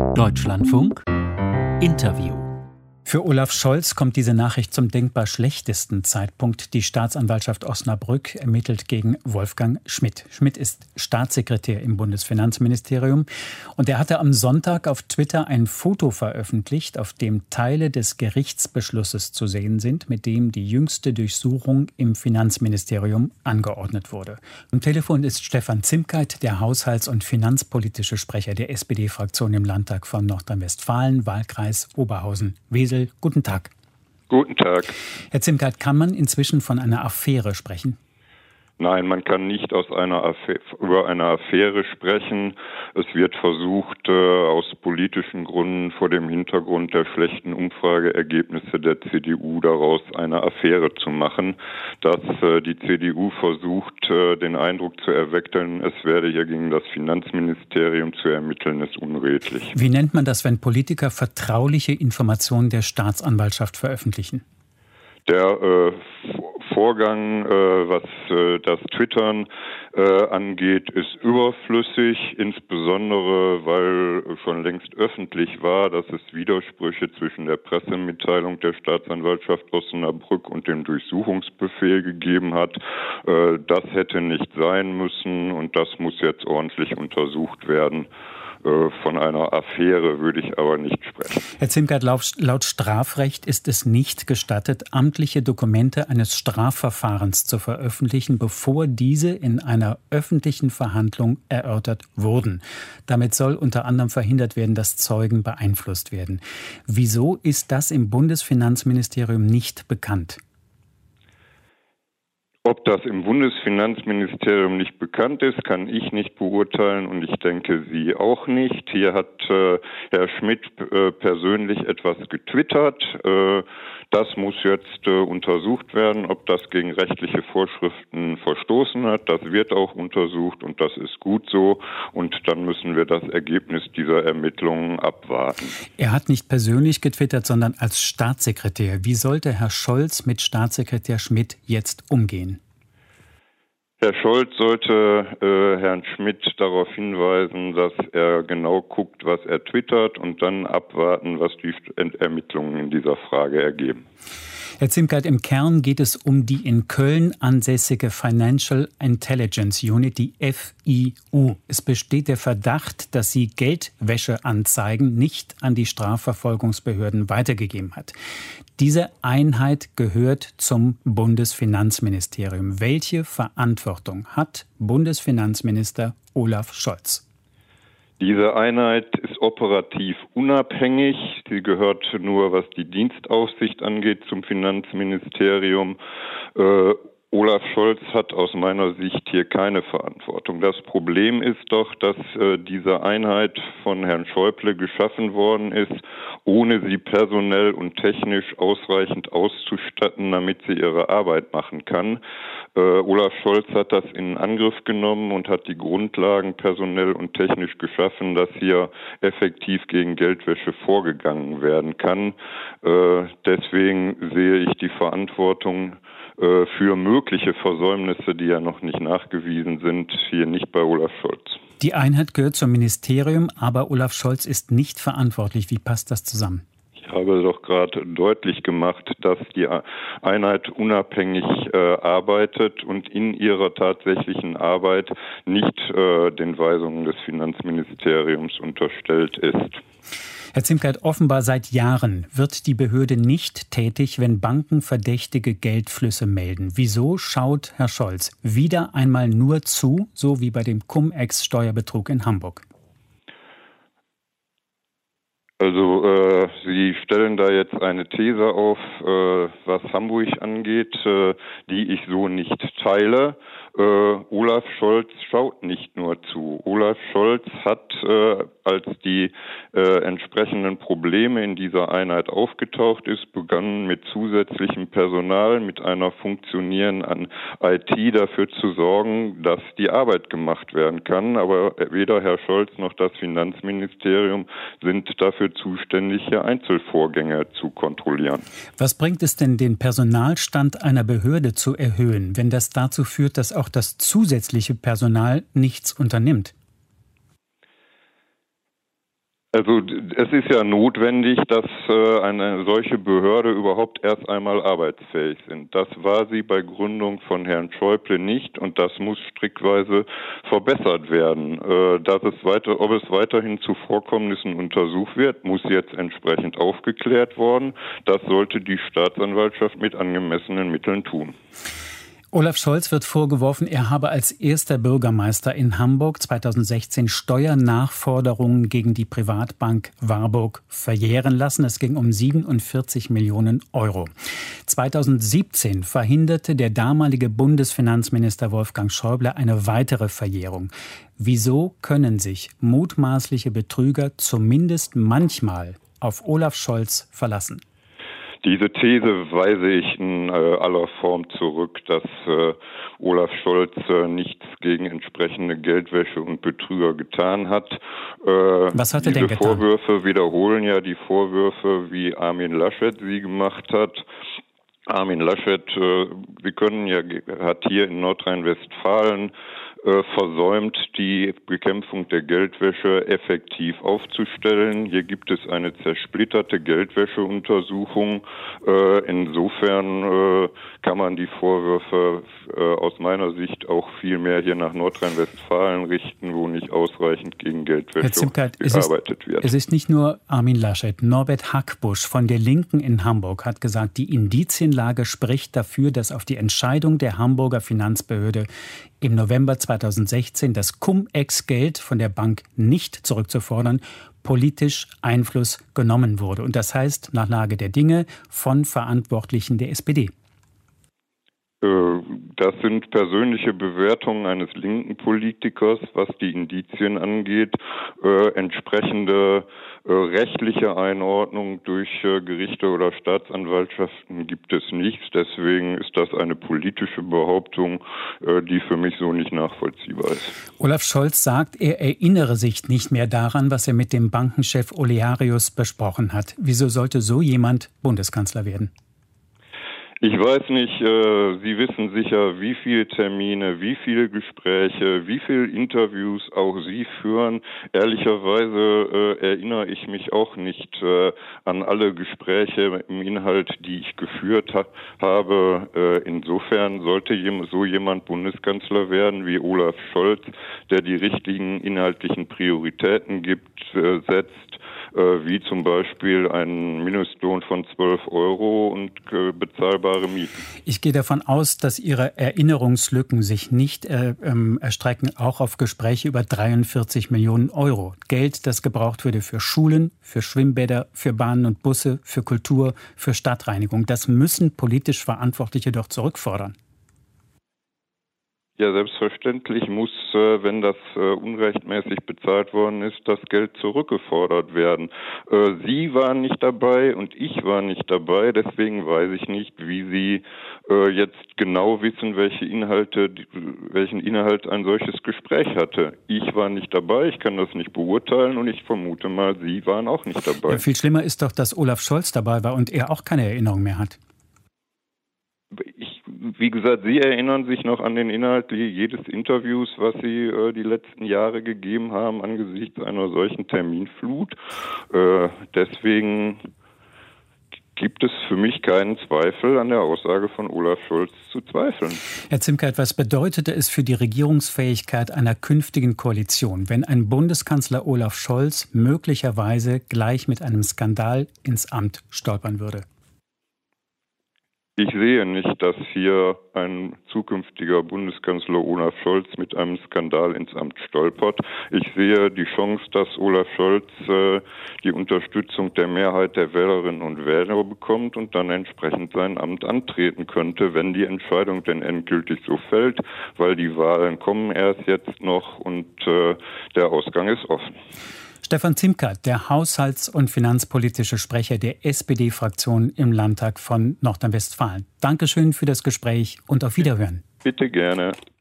Deutschlandfunk Interview. Für Olaf Scholz kommt diese Nachricht zum denkbar schlechtesten Zeitpunkt. Die Staatsanwaltschaft Osnabrück ermittelt gegen Wolfgang Schmidt. Schmidt ist Staatssekretär im Bundesfinanzministerium und er hatte am Sonntag auf Twitter ein Foto veröffentlicht, auf dem Teile des Gerichtsbeschlusses zu sehen sind, mit dem die jüngste Durchsuchung im Finanzministerium angeordnet wurde. Am Telefon ist Stefan Zimkeit, der haushalts- und finanzpolitische Sprecher der SPD-Fraktion im Landtag von Nordrhein-Westfalen, Wahlkreis Oberhausen-Wesel. Guten Tag. Guten Tag. Herr Zimkeit, kann man inzwischen von einer Affäre sprechen? Nein, man kann nicht über eine Affäre sprechen. Es wird versucht, aus politischen Gründen vor dem Hintergrund der schlechten Umfrageergebnisse der CDU daraus eine Affäre zu machen. Dass die CDU versucht, den Eindruck zu erwecken, es werde hier gegen das Finanzministerium zu ermitteln, ist unredlich. Wie nennt man das, wenn Politiker vertrauliche Informationen der Staatsanwaltschaft veröffentlichen? Der Vorgang, was das Twittern angeht, ist überflüssig, insbesondere weil schon längst öffentlich war, dass es Widersprüche zwischen der Pressemitteilung der Staatsanwaltschaft Osnabrück und dem Durchsuchungsbefehl gegeben hat. Das hätte nicht sein müssen und das muss jetzt ordentlich untersucht werden. Von einer Affäre würde ich aber nicht sprechen. Herr Zimkeit, laut Strafrecht ist es nicht gestattet, amtliche Dokumente eines Strafverfahrens zu veröffentlichen, bevor diese in einer öffentlichen Verhandlung erörtert wurden. Damit soll unter anderem verhindert werden, dass Zeugen beeinflusst werden. Wieso ist das im Bundesfinanzministerium nicht bekannt? Ob das im Bundesfinanzministerium nicht bekannt ist, kann ich nicht beurteilen und ich denke, Sie auch nicht. Hier hat Herr Schmidt persönlich etwas getwittert. Das muss jetzt untersucht werden, ob das gegen rechtliche Vorschriften verstoßen hat. Das wird auch untersucht und das ist gut so. Und dann müssen wir das Ergebnis dieser Ermittlungen abwarten. Er hat nicht persönlich getwittert, sondern als Staatssekretär. Wie sollte Herr Scholz mit Staatssekretär Schmidt jetzt umgehen? Herr Scholz sollte Herrn Schmidt darauf hinweisen, dass er genau guckt, was er twittert und dann abwarten, was die Ermittlungen in dieser Frage ergeben. Herr Zimkeit, im Kern geht es um die in Köln ansässige Financial Intelligence Unit, die FIU. Es besteht der Verdacht, dass sie Geldwäscheanzeigen nicht an die Strafverfolgungsbehörden weitergegeben hat. Diese Einheit gehört zum Bundesfinanzministerium. Welche Verantwortung hat Bundesfinanzminister Olaf Scholz? Diese Einheit ist operativ unabhängig. Sie gehört nur, was die Dienstaufsicht angeht, zum Finanzministerium. Olaf Scholz hat aus meiner Sicht hier keine Verantwortung. Das Problem ist doch, dass diese Einheit von Herrn Schäuble geschaffen worden ist, ohne sie personell und technisch ausreichend auszustatten, damit sie ihre Arbeit machen kann. Olaf Scholz hat das in Angriff genommen und hat die Grundlagen personell und technisch geschaffen, dass hier effektiv gegen Geldwäsche vorgegangen werden kann. Deswegen sehe ich die Verantwortung für mögliche Versäumnisse, die ja noch nicht nachgewiesen sind, hier nicht bei Olaf Scholz. Die Einheit gehört zum Ministerium, aber Olaf Scholz ist nicht verantwortlich. Wie passt das zusammen? Ich habe doch gerade deutlich gemacht, dass die Einheit unabhängig arbeitet und in ihrer tatsächlichen Arbeit nicht den Weisungen des Finanzministeriums unterstellt ist. Herr Zimkeit, offenbar seit Jahren wird die Behörde nicht tätig, wenn Banken verdächtige Geldflüsse melden. Wieso schaut Herr Scholz wieder einmal nur zu, so wie bei dem Cum-Ex-Steuerbetrug in Hamburg? Also Sie stellen da jetzt eine These auf, was Hamburg angeht, die ich so nicht teile. Olaf Scholz schaut nicht nur zu. Olaf Scholz hat, als die entsprechenden Probleme in dieser Einheit aufgetaucht ist, begonnen mit zusätzlichem Personal, mit einer funktionierenden IT dafür zu sorgen, dass die Arbeit gemacht werden kann. Aber weder Herr Scholz noch das Finanzministerium sind dafür zuständig, hier Einzelvorgänge zu kontrollieren. Was bringt es denn, den Personalstand einer Behörde zu erhöhen, wenn das dazu führt, dass auch das zusätzliche Personal nichts unternimmt? Also es ist ja notwendig, dass eine solche Behörde überhaupt erst einmal arbeitsfähig sind. Das war sie bei Gründung von Herrn Schäuble nicht und das muss strickweise verbessert werden. Ob es weiterhin zu Vorkommnissen untersucht wird, muss jetzt entsprechend aufgeklärt worden. Das sollte die Staatsanwaltschaft mit angemessenen Mitteln tun. Olaf Scholz wird vorgeworfen, er habe als erster Bürgermeister in Hamburg 2016 Steuernachforderungen gegen die Privatbank Warburg verjähren lassen. Es ging um 47 Millionen Euro. 2017 verhinderte der damalige Bundesfinanzminister Wolfgang Schäuble eine weitere Verjährung. Wieso können sich mutmaßliche Betrüger zumindest manchmal auf Olaf Scholz verlassen? Diese These weise ich in aller Form zurück, dass Olaf Scholz nichts gegen entsprechende Geldwäsche und Betrüger getan hat. Was hat er denn getan? Diese Vorwürfe wiederholen ja die Vorwürfe, wie Armin Laschet sie gemacht hat. Armin Laschet, hat hier in Nordrhein-Westfalen versäumt, die Bekämpfung der Geldwäsche effektiv aufzustellen. Hier gibt es eine zersplitterte Geldwäscheuntersuchung. Insofern kann man die Vorwürfe aus meiner Sicht auch viel mehr hier nach Nordrhein-Westfalen richten, wo nicht ausreichend gegen Geldwäsche gearbeitet wird. Es ist nicht nur Armin Laschet. Norbert Hackbusch von der Linken in Hamburg hat gesagt, die Indizienlage spricht dafür, dass auf die Entscheidung der Hamburger Finanzbehörde im November 2016 das Cum-Ex-Geld von der Bank nicht zurückzufordern, politisch Einfluss genommen wurde. Und das heißt, nach Lage der Dinge, von Verantwortlichen der SPD. Das sind persönliche Bewertungen eines linken Politikers, was die Indizien angeht. Entsprechende rechtliche Einordnung durch Gerichte oder Staatsanwaltschaften gibt es nichts. Deswegen ist das eine politische Behauptung, die für mich so nicht nachvollziehbar ist. Olaf Scholz sagt, er erinnere sich nicht mehr daran, was er mit dem Bankenchef Olearius besprochen hat. Wieso sollte so jemand Bundeskanzler werden? Ich weiß nicht, Sie wissen sicher, wie viele Termine, wie viele Gespräche, wie viele Interviews auch Sie führen. Ehrlicherweise erinnere ich mich auch nicht an alle Gespräche im Inhalt, die ich geführt habe. Insofern sollte so jemand Bundeskanzler werden wie Olaf Scholz, der die richtigen inhaltlichen Prioritäten setzt, wie zum Beispiel einen Mindestlohn von 12 Euro und bezahlbare Mieten. Ich gehe davon aus, dass Ihre Erinnerungslücken sich nicht erstrecken, auch auf Gespräche über 43 Millionen Euro. Geld, das gebraucht würde für Schulen, für Schwimmbäder, für Bahnen und Busse, für Kultur, für Stadtreinigung. Das müssen politisch Verantwortliche doch zurückfordern. Ja, selbstverständlich muss, wenn das unrechtmäßig bezahlt worden ist, das Geld zurückgefordert werden. Sie waren nicht dabei und ich war nicht dabei, deswegen weiß ich nicht, wie Sie jetzt genau wissen, welchen Inhalt ein solches Gespräch hatte. Ich war nicht dabei, ich kann das nicht beurteilen und ich vermute mal, Sie waren auch nicht dabei. Ja, viel schlimmer ist doch, dass Olaf Scholz dabei war und er auch keine Erinnerung mehr hat. Wie gesagt, Sie erinnern sich noch an den Inhalt jedes Interviews, was Sie die letzten Jahre gegeben haben angesichts einer solchen Terminflut. Deswegen gibt es für mich keinen Zweifel an der Aussage von Olaf Scholz zu zweifeln. Herr Zimkert, was bedeutete es für die Regierungsfähigkeit einer künftigen Koalition, wenn ein Bundeskanzler Olaf Scholz möglicherweise gleich mit einem Skandal ins Amt stolpern würde? Ich sehe nicht, dass hier ein zukünftiger Bundeskanzler Olaf Scholz mit einem Skandal ins Amt stolpert. Ich sehe die Chance, dass Olaf Scholz die Unterstützung der Mehrheit der Wählerinnen und Wähler bekommt und dann entsprechend sein Amt antreten könnte, wenn die Entscheidung denn endgültig so fällt, weil die Wahlen kommen erst jetzt noch und der Ausgang ist offen. Stefan Zimkert, der haushalts- und finanzpolitische Sprecher der SPD-Fraktion im Landtag von Nordrhein-Westfalen. Dankeschön für das Gespräch und auf Wiederhören. Bitte gerne.